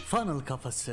Funnel Kafası.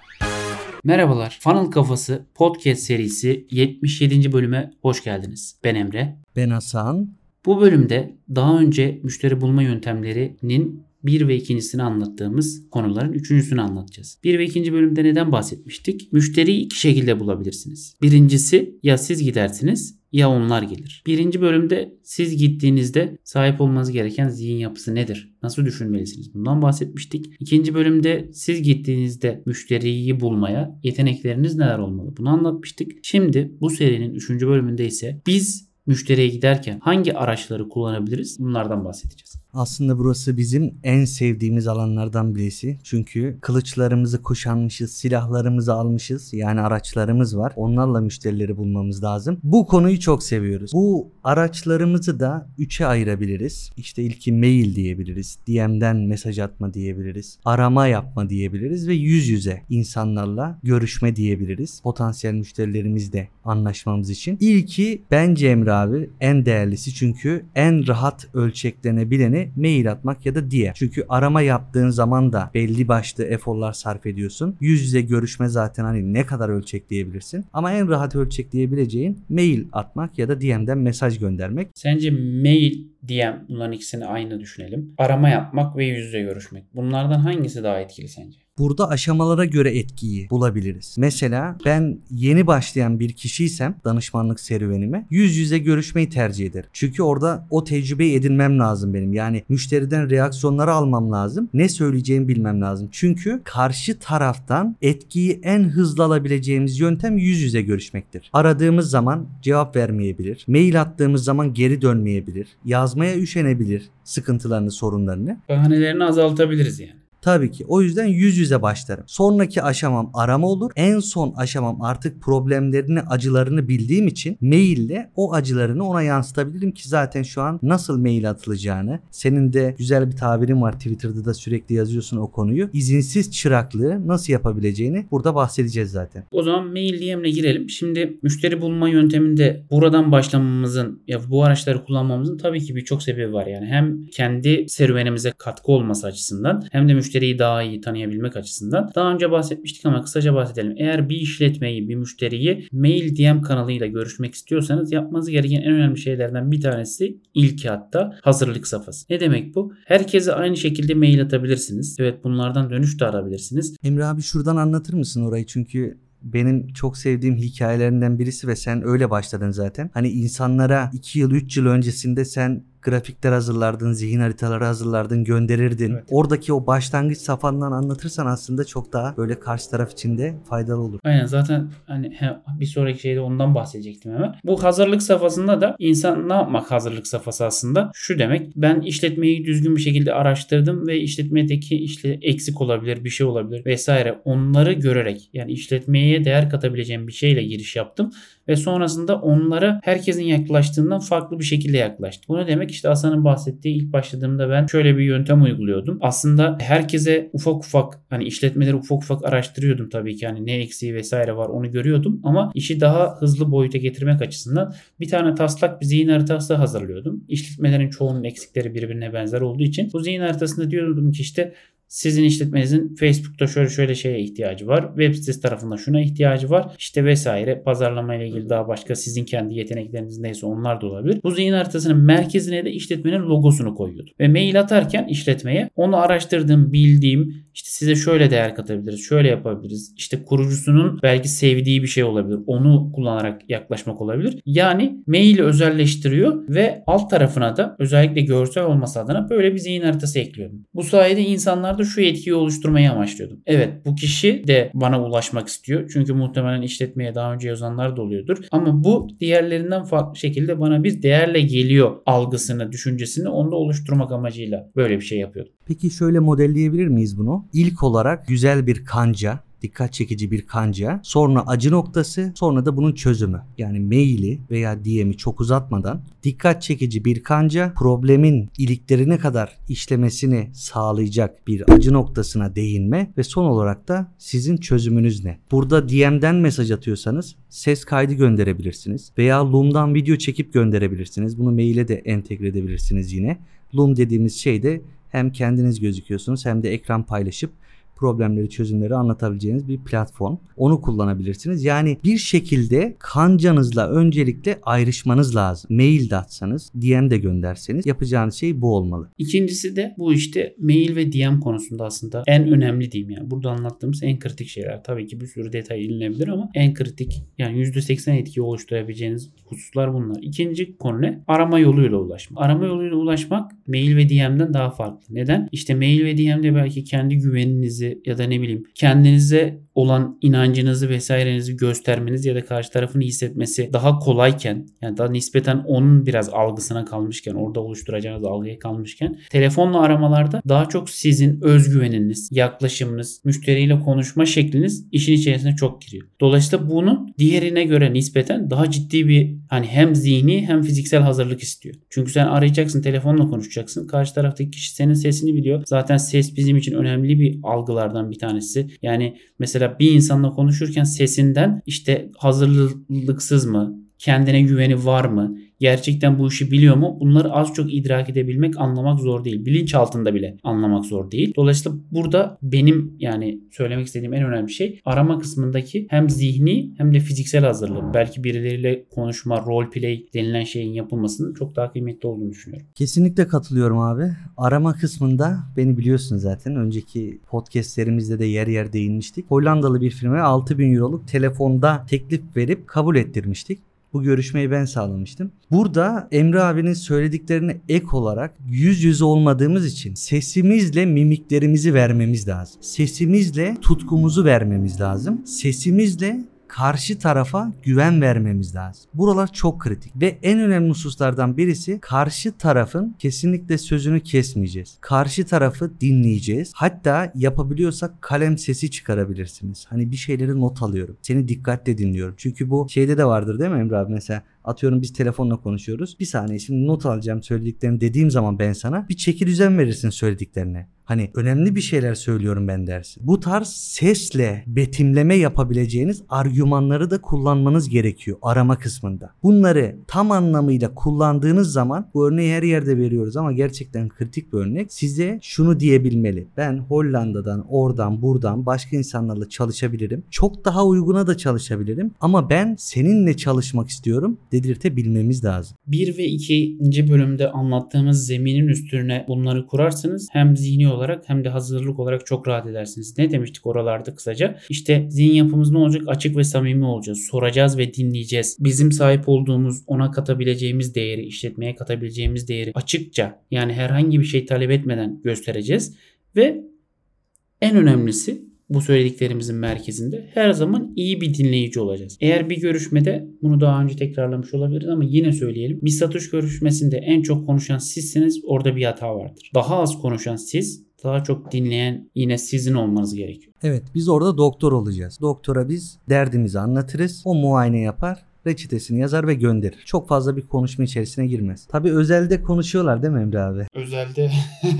Merhabalar, Funnel Kafası podcast serisi 77. bölüme hoş geldiniz. Ben Emre. Ben Hasan. Bu bölümde daha önce müşteri bulma yöntemlerinin 1 ve 2'sini anlattığımız konuların 3.'sünü anlatacağız. 1 ve 2. bölümde neden bahsetmiştik? Müşteriyi 2 şekilde bulabilirsiniz. Birincisi ya siz gidersiniz ya onlar gelir. 1. bölümde siz gittiğinizde sahip olmanız gereken zihin yapısı nedir? Nasıl düşünmelisiniz? Bundan bahsetmiştik. 2. bölümde siz gittiğinizde müşteriyi bulmaya yetenekleriniz neler olmalı? Bunu anlatmıştık. Şimdi bu serinin 3. bölümünde ise biz müşteriye giderken hangi araçları kullanabiliriz? Bunlardan bahsedeceğiz. Aslında burası bizim en sevdiğimiz alanlardan birisi. Çünkü kılıçlarımızı kuşanmışız, silahlarımızı almışız. Yani araçlarımız var. Onlarla müşterileri bulmamız lazım. Bu konuyu çok seviyoruz. Bu araçlarımızı da 3'e ayırabiliriz. İşte ilki mail diyebiliriz. DM'den mesaj atma diyebiliriz. Arama yapma diyebiliriz ve yüz yüze insanlarla görüşme diyebiliriz. Potansiyel müşterilerimizle anlaşmamız için. İlki bence Emre abi en değerlisi, çünkü en rahat ölçeklenebileni mail atmak ya da DM. Çünkü arama yaptığın zaman da belli başlı eforlar sarf ediyorsun. Yüz yüze görüşme zaten hani ne kadar ölçekleyebilirsin. Ama en rahat ölçekleyebileceğin mail atmak ya da DM'den mesaj göndermek. Sence mail, DM bunların ikisini aynı düşünelim. Arama yapmak ve yüz yüze görüşmek. Bunlardan hangisi daha etkili sence? Burada aşamalara göre etkiyi bulabiliriz. Mesela ben yeni başlayan bir kişiysem danışmanlık serüvenime yüz yüze görüşmeyi tercih ederim. Çünkü orada o tecrübeyi edinmem lazım benim. Yani müşteriden reaksiyonları almam lazım. Ne söyleyeceğimi bilmem lazım. Çünkü karşı taraftan etkiyi en hızlı alabileceğimiz yöntem yüz yüze görüşmektir. Aradığımız zaman cevap vermeyebilir. Mail attığımız zaman geri dönmeyebilir. Yazmaya üşenebilir sıkıntılarını, sorunlarını. Bahanelerini azaltabiliriz yani. Tabii ki. O yüzden yüz yüze başlarım. Sonraki aşamam arama olur. En son aşamam artık problemlerini, acılarını bildiğim için maille o acılarını ona yansıtabilirim ki zaten şu an nasıl mail atılacağını, senin de güzel bir tabirin var, Twitter'da da sürekli yazıyorsun o konuyu. İzinsiz çıraklığı nasıl yapabileceğini burada bahsedeceğiz zaten. O zaman mail DM'le girelim. Şimdi müşteri bulma yönteminde buradan başlamamızın ya bu araçları kullanmamızın tabii ki birçok sebebi var. Yani hem kendi serüvenimize katkı olması açısından hem de müşteriyi daha iyi tanıyabilmek açısından. Daha önce bahsetmiştik ama kısaca bahsedelim. Eğer bir işletmeyi, bir müşteriyi mail DM kanalıyla görüşmek istiyorsanız yapmanız gereken en önemli şeylerden bir tanesi ilki hatta hazırlık safhası. Ne demek bu? Herkese aynı şekilde mail atabilirsiniz. Evet, bunlardan dönüş de alabilirsiniz. Emre abi şuradan anlatır mısın orayı? Çünkü benim çok sevdiğim hikayelerinden birisi ve sen öyle başladın zaten. Hani insanlara 2 yıl 3 yıl öncesinde sen grafikler hazırlardın, zihin haritaları hazırlardın, gönderirdin. Evet. Oradaki o başlangıç safhandan anlatırsan aslında çok daha böyle karşı taraf için de faydalı olur. Aynen, zaten hani bir sonraki şeyde ondan bahsedecektim hemen. Bu hazırlık safhasında da insan ne yapmak hazırlık safhası aslında? Şu demek: ben işletmeyi düzgün bir şekilde araştırdım ve işletmedeki işte eksik olabilir, bir şey olabilir vesaire. Onları görerek, yani işletmeye değer katabileceğim bir şeyle giriş yaptım ve sonrasında onlara herkesin yaklaştığından farklı bir şekilde yaklaştım. Bu ne demek? İşte Hasan'ın bahsettiği, ilk başladığımda ben şöyle bir yöntem uyguluyordum. Aslında herkese ufak ufak, hani işletmeleri ufak ufak araştırıyordum tabii ki. Hani ne eksiği vesaire var onu görüyordum ama işi daha hızlı boyuta getirmek açısından bir tane taslak bir zihin haritası hazırlıyordum. İşletmelerin çoğunun eksikleri birbirine benzer olduğu için bu zihin haritasında diyordum ki işte sizin işletmenizin Facebook'ta şöyle şeye ihtiyacı var. Web sitesi tarafında şuna ihtiyacı var. İşte vesaire. Pazarlama ile ilgili daha başka sizin kendi yetenekleriniz neyse onlar da olabilir. Bu zihin haritasının merkezine de işletmenin logosunu koyuyordum. Ve mail atarken işletmeye onu araştırdığım, bildiğim, işte size şöyle değer katabiliriz, şöyle yapabiliriz. İşte kurucusunun belki sevdiği bir şey olabilir. Onu kullanarak yaklaşmak olabilir. Yani maili özelleştiriyor ve alt tarafına da özellikle görsel olması adına böyle bir zihin haritası ekliyordum. Bu sayede insanlarda şu etkiyi oluşturmayı amaçlıyordum. Evet, bu kişi de bana ulaşmak istiyor. Çünkü muhtemelen işletmeye daha önce yazanlar da oluyordur. Ama bu diğerlerinden farklı şekilde bana bir değerle geliyor algısını, düşüncesini onda oluşturmak amacıyla böyle bir şey yapıyordum. Peki şöyle modelleyebilir miyiz bunu? İlk olarak güzel bir kanca, dikkat çekici bir kanca, sonra acı noktası, sonra da bunun çözümü. Yani maili veya DM'i çok uzatmadan dikkat çekici bir kanca, problemin iliklerine kadar işlemesini sağlayacak bir acı noktasına değinme ve son olarak da sizin çözümünüz ne? Burada DM'den mesaj atıyorsanız ses kaydı gönderebilirsiniz veya Loom'dan video çekip gönderebilirsiniz. Bunu maile de entegre edebilirsiniz yine. Loom dediğimiz şey de hem kendiniz gözüküyorsunuz hem de ekran paylaşıp problemleri, çözümleri anlatabileceğiniz bir platform. Onu kullanabilirsiniz. Yani bir şekilde kancanızla öncelikle ayrışmanız lazım. Mail de atsanız, DM de gönderseniz yapacağınız şey bu olmalı. İkincisi de bu işte mail ve DM konusunda aslında en önemli diyeyim yani. Burada anlattığımız en kritik şeyler. Tabii ki bir sürü detay ilinebilir ama en kritik yani %80 etki oluşturabileceğiniz hususlar bunlar. İkinci konu ne? Arama yoluyla ulaşmak. Arama yoluyla ulaşmak mail ve DM'den daha farklı. Neden? İşte mail ve DM'de belki kendi güveninizi ya da ne bileyim kendinize olan inancınızı vesairenizi göstermeniz ya da karşı tarafını hissetmesi daha kolayken yani daha nispeten onun biraz algısına kalmışken orada oluşturacağınız algıya kalmışken telefonla aramalarda daha çok sizin özgüveniniz, yaklaşımınız, müşteriyle konuşma şekliniz işin içerisine çok giriyor. Dolayısıyla bunun diğerine göre nispeten daha ciddi bir hani hem zihni hem fiziksel hazırlık istiyor. Çünkü sen arayacaksın, telefonla konuşacaksın. Karşı taraftaki kişi senin sesini biliyor. Zaten ses bizim için önemli bir algılardan bir tanesi. Yani mesela bir insanla konuşurken sesinden işte hazırlıksız mı, kendine güveni var mı, gerçekten bu işi biliyor mu? Bunları az çok idrak edebilmek, anlamak zor değil. Bilinç altında bile anlamak zor değil. Dolayısıyla burada benim yani söylemek istediğim en önemli şey arama kısmındaki hem zihni hem de fiziksel hazırlık. Belki birileriyle konuşma, role play denilen şeyin yapılmasının çok daha kıymetli olduğunu düşünüyorum. Kesinlikle katılıyorum abi. Arama kısmında beni biliyorsun zaten. Önceki podcastlerimizde de yer yer değinmiştik. Hollandalı bir firmaya 6.000 euroluk telefonda teklif verip kabul ettirmiştik. Bu görüşmeyi ben sağlamıştım. Burada Emre abinin söylediklerine ek olarak yüz yüze olmadığımız için sesimizle mimiklerimizi vermemiz lazım. Sesimizle tutkumuzu vermemiz lazım. Sesimizle karşı tarafa güven vermemiz lazım. Buralar çok kritik ve en önemli hususlardan birisi karşı tarafın kesinlikle sözünü kesmeyeceğiz. Karşı tarafı dinleyeceğiz. Hatta yapabiliyorsak kalem sesi çıkarabilirsiniz. Hani bir şeyleri not alıyorum. Seni dikkatle dinliyorum. Çünkü bu şeyde de vardır değil mi Emre abi? Mesela atıyorum biz telefonla konuşuyoruz. Bir saniye şimdi not alacağım söylediklerini dediğim zaman ben sana bir çeki düzen verirsin söylediklerine. Hani önemli bir şeyler söylüyorum ben dersin. Bu tarz sesle betimleme yapabileceğiniz argümanları da kullanmanız gerekiyor arama kısmında. Bunları tam anlamıyla kullandığınız zaman bu örneği her yerde veriyoruz ama gerçekten kritik bir örnek. Size şunu diyebilmeli. Ben Hollanda'dan, oradan, buradan başka insanlarla çalışabilirim. Çok daha uyguna da çalışabilirim ama ben seninle çalışmak istiyorum dedirtebilmemiz lazım. 1 ve 2. bölümde anlattığımız zeminin üstüne bunları kurarsanız hem zihni olarak hem de hazırlık olarak çok rahat edersiniz. Ne demiştik oralarda kısaca? İşte zihin yapımız ne olacak? Açık ve samimi olacağız. Soracağız ve dinleyeceğiz. Bizim sahip olduğumuz, ona katabileceğimiz değeri, işletmeye katabileceğimiz değeri açıkça yani herhangi bir şey talep etmeden göstereceğiz. Ve en önemlisi bu söylediklerimizin merkezinde her zaman iyi bir dinleyici olacağız. Eğer bir görüşmede bunu daha önce tekrarlamış olabiliriz ama yine söyleyelim. Bir satış görüşmesinde en çok konuşan sizsiniz. Orada bir hata vardır. Daha az konuşan siz, daha çok dinleyen yine sizin olmanız gerekiyor. Evet, biz orada doktor olacağız. Doktora biz derdimizi anlatırız. O muayene yapar. Reçetesini yazar ve gönderir. Çok fazla bir konuşma içerisine girmez. Tabii özelde konuşuyorlar değil mi Emre abi? Özelde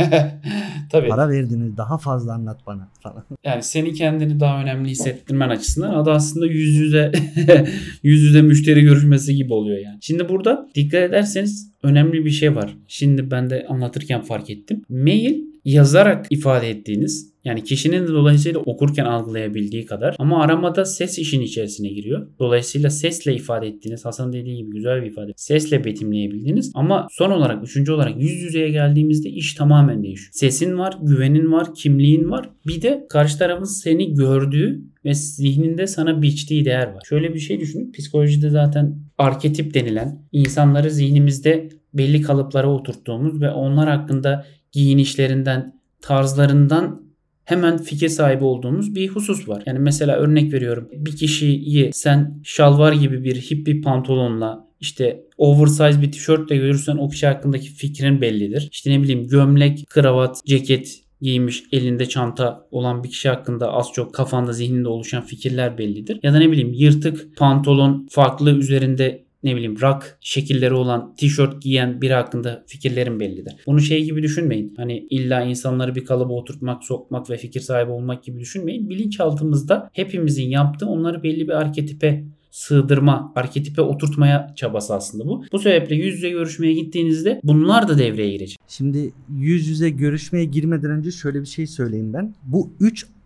tabii. Para verdiniz daha fazla anlat bana falan. Yani seni kendini daha önemli hissettirmen açısından adı aslında yüz yüze yüz yüze müşteri görüşmesi gibi oluyor yani. Şimdi burada dikkat ederseniz önemli bir şey var. Şimdi ben de anlatırken fark ettim. Mail yazarak ifade ettiğiniz yani kişinin de dolayısıyla okurken algılayabildiği kadar ama aramada ses işin içerisine giriyor. Dolayısıyla sesle ifade ettiğiniz Hasan dediği gibi güzel bir ifade. Sesle betimleyebildiğiniz ama son olarak üçüncü olarak yüz yüzeye geldiğimizde iş tamamen değişiyor. Sesin var, güvenin var, kimliğin var. Bir de karşı tarafın seni gördüğü ve zihninde sana biçtiği değer var. Şöyle bir şey düşünün. Psikolojide zaten arketip denilen insanları zihnimizde belli kalıplara oturttuğumuz ve onlar hakkında giyinişlerinden, tarzlarından hemen fikir sahibi olduğumuz bir husus var. Yani mesela örnek veriyorum. Bir kişiyi sen şalvar gibi bir hippie pantolonla işte oversize bir tişörtle görürsen o kişi hakkındaki fikrin bellidir. İşte ne bileyim gömlek, kravat, ceket giymiş, elinde çanta olan bir kişi hakkında az çok kafanda, zihninde oluşan fikirler bellidir. Ya da ne bileyim yırtık pantolon, farklı üzerinde ne bileyim rock şekilleri olan tişört giyen biri hakkında fikirlerim bellidir. Bunu şey gibi düşünmeyin. Hani illa insanları bir kalıba oturtmak, sokmak ve fikir sahibi olmak gibi düşünmeyin. Bilinçaltımızda hepimizin yaptığı onları belli bir arketipe sığdırma, arketipe oturtmaya çabası aslında bu. Bu sebeple yüz yüze görüşmeye gittiğinizde bunlar da devreye girecek. Şimdi yüz yüze görüşmeye girmeden önce şöyle bir şey söyleyeyim ben. Bu 3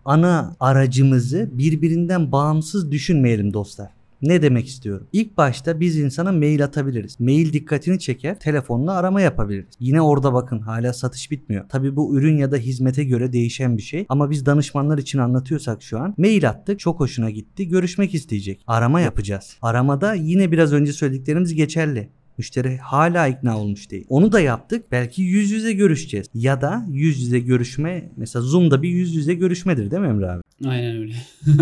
ana aracımızı birbirinden bağımsız düşünmeyelim dostlar. Ne demek istiyorum? İlk başta biz insana mail atabiliriz. Mail dikkatini çeker, telefonla arama yapabiliriz. Yine orada bakın hala satış bitmiyor. Tabii bu ürün ya da hizmete göre değişen bir şey. Ama biz danışmanlar için anlatıyorsak şu an mail attık, çok hoşuna gitti, görüşmek isteyecek. Arama yapacağız. Aramada yine biraz önce söylediklerimiz geçerli. Müşteri hala ikna olmuş değil. Onu da yaptık. Belki yüz yüze görüşeceğiz. Ya da yüz yüze görüşme, mesela Zoom'da bir yüz yüze görüşmedir değil mi Emre abi? Aynen öyle.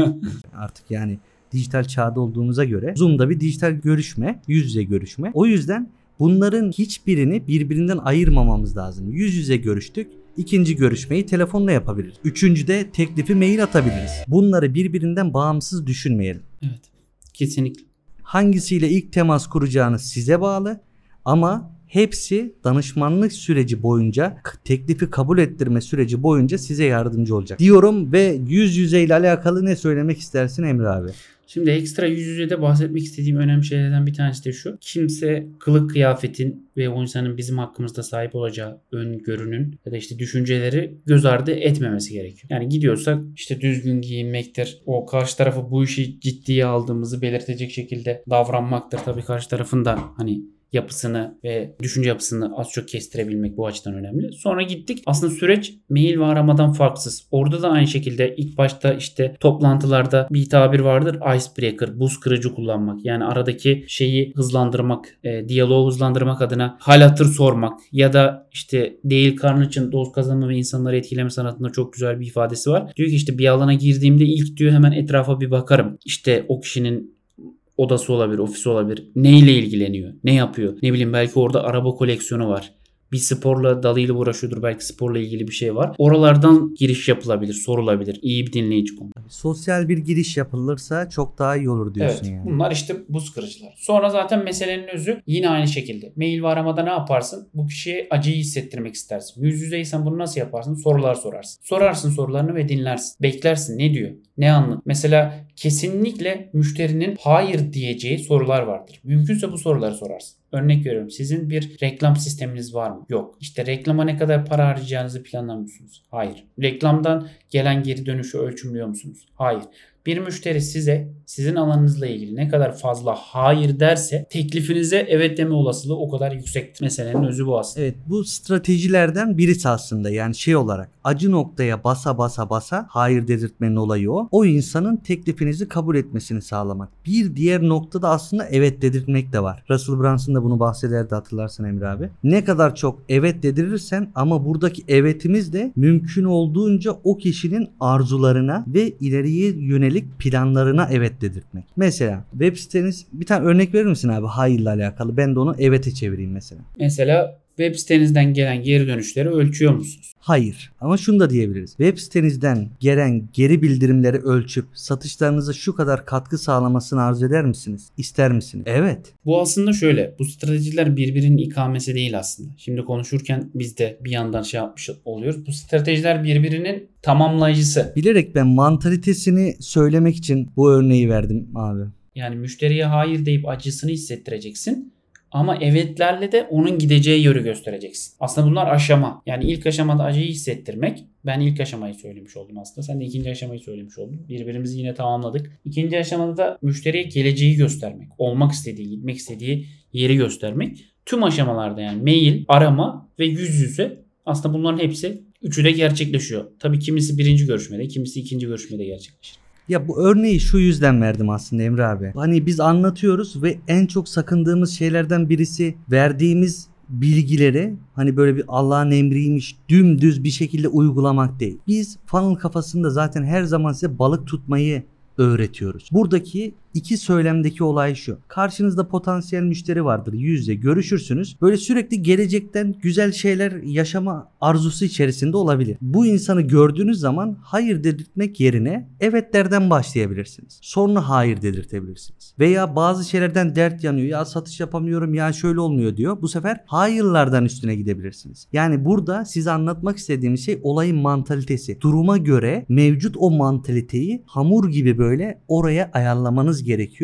Artık yani dijital çağda olduğumuza göre Zoom'da bir dijital görüşme, yüz yüze görüşme. O yüzden bunların hiçbirini birbirinden ayırmamamız lazım. Yüz yüze görüştük. İkinci görüşmeyi telefonla yapabiliriz. Üçüncüde teklifi mail atabiliriz. Bunları birbirinden bağımsız düşünmeyelim. Evet. Kesinlikle. Hangisiyle ilk temas kuracağınız size bağlı ama hepsi danışmanlık süreci boyunca, teklifi kabul ettirme süreci boyunca size yardımcı olacak diyorum ve yüz yüze ile alakalı ne söylemek istersin Emre abi? Şimdi ekstra yüz yüzede bahsetmek istediğim önemli şeylerden bir tanesi de şu. Kimse kılık kıyafetin ve o insanın bizim hakkımızda sahip olacağı öngörünün ya da işte düşünceleri göz ardı etmemesi gerekiyor. Yani gidiyorsak işte düzgün giyinmektir. O karşı tarafı bu işi ciddiye aldığımızı belirtecek şekilde davranmaktır. Tabii karşı tarafın da hani yapısını ve düşünce yapısını az çok kestirebilmek bu açıdan önemli. Sonra gittik. Aslında süreç mail ve aramadan farksız. Orada da aynı şekilde ilk başta işte toplantılarda bir tabir vardır. Icebreaker, buz kırıcı kullanmak. Yani aradaki şeyi hızlandırmak, diyaloğu hızlandırmak adına hal hatır sormak ya da işte değil karnı için dost kazanma ve insanları etkileme sanatında çok güzel bir ifadesi var. Diyor ki işte bir alana girdiğimde ilk diyor hemen etrafa bir bakarım. İşte o kişinin odası olabilir, ofisi olabilir. Neyle ilgileniyor? Ne yapıyor? Ne bileyim belki orada araba koleksiyonu var. Bir sporla dalıyla uğraşıyordur. Belki sporla ilgili bir şey var. Oralardan giriş yapılabilir, sorulabilir. İyi bir dinleyici konu. Sosyal bir giriş yapılırsa çok daha iyi olur diyorsun Evet, yani. bunlar işte buz kırıcılar. Sonra zaten meselenin özü yine aynı şekilde. Mail ve aramada ne yaparsın? Bu kişiye acıyı hissettirmek istersin. Yüz yüzeysen bunu nasıl yaparsın? Sorular sorarsın. Sorarsın sorularını ve dinlersin. Beklersin. Ne diyor? Ne anlat? Mesela kesinlikle müşterinin hayır diyeceği sorular vardır. Mümkünse bu soruları sorarsın. Örnek veriyorum. Sizin bir reklam sisteminiz var mı? Yok. İşte reklama ne kadar para harcayacağınızı planlamıyorsunuz. Hayır. Reklamdan gelen geri dönüşü ölçümlüyor musunuz? Hayır. Bir müşteri size sizin alanınızla ilgili ne kadar fazla hayır derse teklifinize evet deme olasılığı o kadar yüksektir. Meselenin özü bu aslında. Evet, bu stratejilerden birisi aslında, yani şey olarak acı noktaya basa basa hayır dedirtmenin olayı o. O insanın teklifinizi kabul etmesini sağlamak. Bir diğer noktada aslında evet dedirtmek de var. Russell Brunson da bunu bahsederdi, hatırlarsın Emre abi. Ne kadar çok evet dedirirsen ama buradaki evetimiz de mümkün olduğunca o kişinin arzularına ve ileriye yönelik planlarına evet dedirtmek. Mesela web siteniz, bir tane örnek verir misin abi hayırla alakalı? Ben de onu evete çevireyim mesela. Mesela web sitenizden gelen geri dönüşleri ölçüyor musunuz? Hayır. Ama şunu da diyebiliriz. Web sitenizden gelen geri bildirimleri ölçüp satışlarınıza şu kadar katkı sağlamasını arzu eder misiniz? İster misiniz? Evet. Bu aslında şöyle. Bu stratejiler birbirinin ikamesi değil aslında. Şimdi konuşurken biz de bir yandan şey yapmış oluyoruz. Bu stratejiler birbirinin tamamlayıcısı. Bilerek ben mantalitesini söylemek için bu örneği verdim abi. Yani müşteriye hayır deyip acısını hissettireceksin. Ama evetlerle de onun gideceği yönü göstereceksin. Aslında bunlar aşama. Yani ilk aşamada acıyı hissettirmek. Ben ilk aşamayı söylemiş oldum aslında. Sen de ikinci aşamayı söylemiş oldun. Birbirimizi yine tamamladık. İkinci aşamada da müşteriye geleceği göstermek. Olmak istediği, gitmek istediği yeri göstermek. Tüm aşamalarda yani mail, arama ve yüz yüze aslında bunların hepsi üçü de gerçekleşiyor. Tabii kimisi birinci görüşmede, kimisi ikinci görüşmede gerçekleşir. Ya bu örneği şu yüzden verdim aslında Emre abi. Hani biz anlatıyoruz ve en çok sakındığımız şeylerden birisi verdiğimiz bilgileri hani böyle bir Allah'ın emriymiş dümdüz bir şekilde uygulamak değil. Biz funnel kafasında zaten her zaman size balık tutmayı öğretiyoruz. Buradaki iki söylemdeki olay şu. Karşınızda potansiyel müşteri vardır. Yüz yüze görüşürsünüz. Böyle sürekli gelecekten güzel şeyler yaşama arzusu içerisinde olabilir. Bu insanı gördüğünüz zaman hayır dedirtmek yerine evetlerden başlayabilirsiniz. Sonra hayır dedirtebilirsiniz. Veya bazı şeylerden dert yanıyor. Ya satış yapamıyorum, ya şöyle olmuyor diyor. Bu sefer hayırlardan üstüne gidebilirsiniz. Yani burada size anlatmak istediğim şey olayın mantalitesi. Duruma göre mevcut o mantaliteyi hamur gibi böyle oraya ayarlamanız gerekiyor.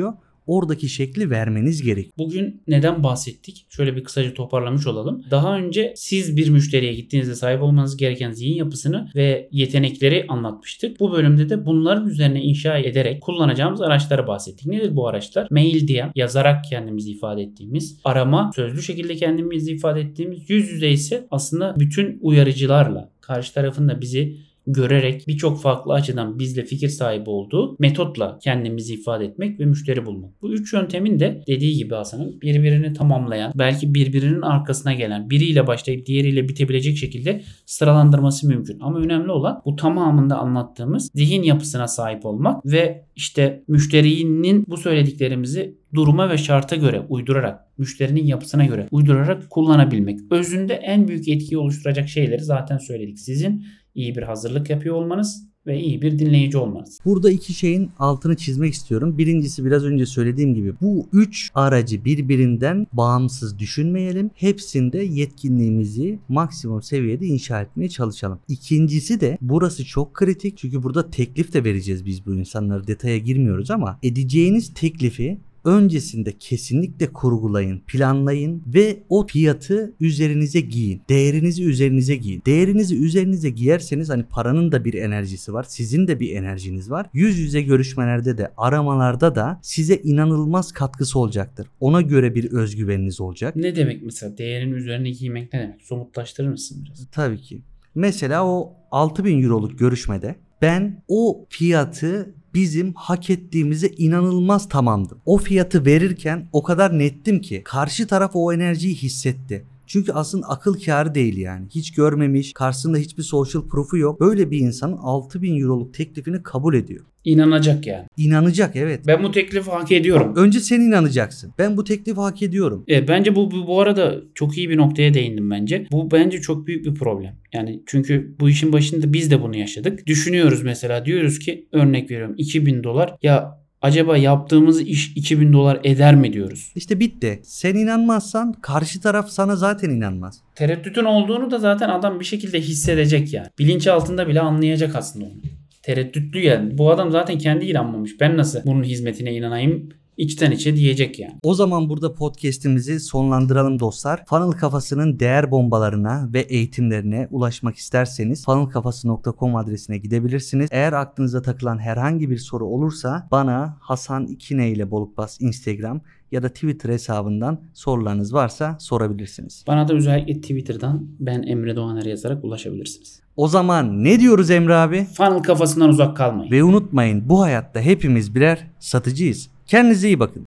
oradaki şekli vermeniz gerek. Bugün neden bahsettik? Şöyle bir kısaca toparlamış olalım. Daha önce siz bir müşteriye gittiğinizde sahip olmanız gereken zihin yapısını ve yetenekleri anlatmıştık. Bu bölümde de bunların üzerine inşa ederek kullanacağımız araçlara bahsettik. Nedir bu araçlar? Mail diye yazarak kendimizi ifade ettiğimiz, arama, sözlü şekilde kendimizi ifade ettiğimiz, yüz yüze ise aslında bütün uyarıcılarla, karşı tarafın da bizi görerek birçok farklı açıdan bizle fikir sahibi olduğu metotla kendimizi ifade etmek ve müşteri bulmak. Bu üç yöntemin de dediği gibi Hasan'ın birbirini tamamlayan, belki birbirinin arkasına gelen, biriyle başlayıp diğeriyle bitebilecek şekilde sıralandırması mümkün. Ama önemli olan bu tamamında anlattığımız zihin yapısına sahip olmak ve işte müşterinin bu söylediklerimizi duruma ve şarta göre uydurarak, müşterinin yapısına göre uydurarak kullanabilmek. Özünde en büyük etkiyi oluşturacak şeyleri zaten söyledik. Sizin iyi bir hazırlık yapıyor olmanız ve iyi bir dinleyici olmanız. Burada iki şeyin altını çizmek istiyorum. Birincisi biraz önce söylediğim gibi bu üç aracı birbirinden bağımsız düşünmeyelim. Hepsinde yetkinliğimizi maksimum seviyede inşa etmeye çalışalım. İkincisi de burası çok kritik. Çünkü burada teklif de vereceğiz biz bu insanlara. Detaya girmiyoruz ama edeceğiniz teklifi öncesinde kesinlikle kurgulayın, planlayın ve o fiyatı üzerinize giyin. Değerinizi üzerinize giyin. Değerinizi üzerinize giyerseniz hani paranın da bir enerjisi var. Sizin de bir enerjiniz var. Yüz yüze görüşmelerde de aramalarda da size inanılmaz katkısı olacaktır. Ona göre bir özgüveniniz olacak. Ne demek mesela değerin üzerine giymek ne demek? Somutlaştırır mısın biraz? Tabii ki. Mesela o 6.000 euroluk görüşmede ben o fiyatı bizim hak ettiğimize inanılmaz tamamdım. O fiyatı verirken o kadar nettim ki karşı taraf o enerjiyi hissetti. Çünkü aslında akıl kârı değil yani. Hiç görmemiş, karşısında hiçbir social proof'u yok. Böyle bir insanın 6.000 euroluk teklifini kabul ediyor. İnanacak yani. İnanacak, evet. Ben bu teklifi hak ediyorum. Önce sen inanacaksın. Ben bu teklifi hak ediyorum. Bence bu arada çok iyi bir noktaya değindim bence. Bu bence çok büyük bir problem. Yani çünkü bu işin başında biz de bunu yaşadık. Düşünüyoruz mesela, diyoruz ki örnek veriyorum $2.000 ya acaba yaptığımız iş $2.000 eder mi diyoruz. İşte bitti. Sen inanmazsan karşı taraf sana zaten inanmaz. Tereddütün olduğunu da zaten adam bir şekilde hissedecek yani. Bilinçaltında bile anlayacak aslında onu. Tereddütlü yani. Bu adam zaten kendi inanmamış. Ben nasıl bunun hizmetine inanayım? İçten içe diyecek yani. O zaman burada podcast'imizi sonlandıralım dostlar. Funnel Kafası'nın değer bombalarına ve eğitimlerine ulaşmak isterseniz funnelkafası.com adresine gidebilirsiniz. Eğer aklınıza takılan herhangi bir soru olursa bana Hasan İkine ile Bolukbas Instagram ya da Twitter hesabından sorularınız varsa sorabilirsiniz. Bana da özellikle Twitter'dan ben Emre Doğaner yazarak ulaşabilirsiniz. O zaman ne diyoruz Emre abi? Funnel kafasından uzak kalmayın. Ve unutmayın, bu hayatta hepimiz birer satıcıyız. Kendinize iyi bakın.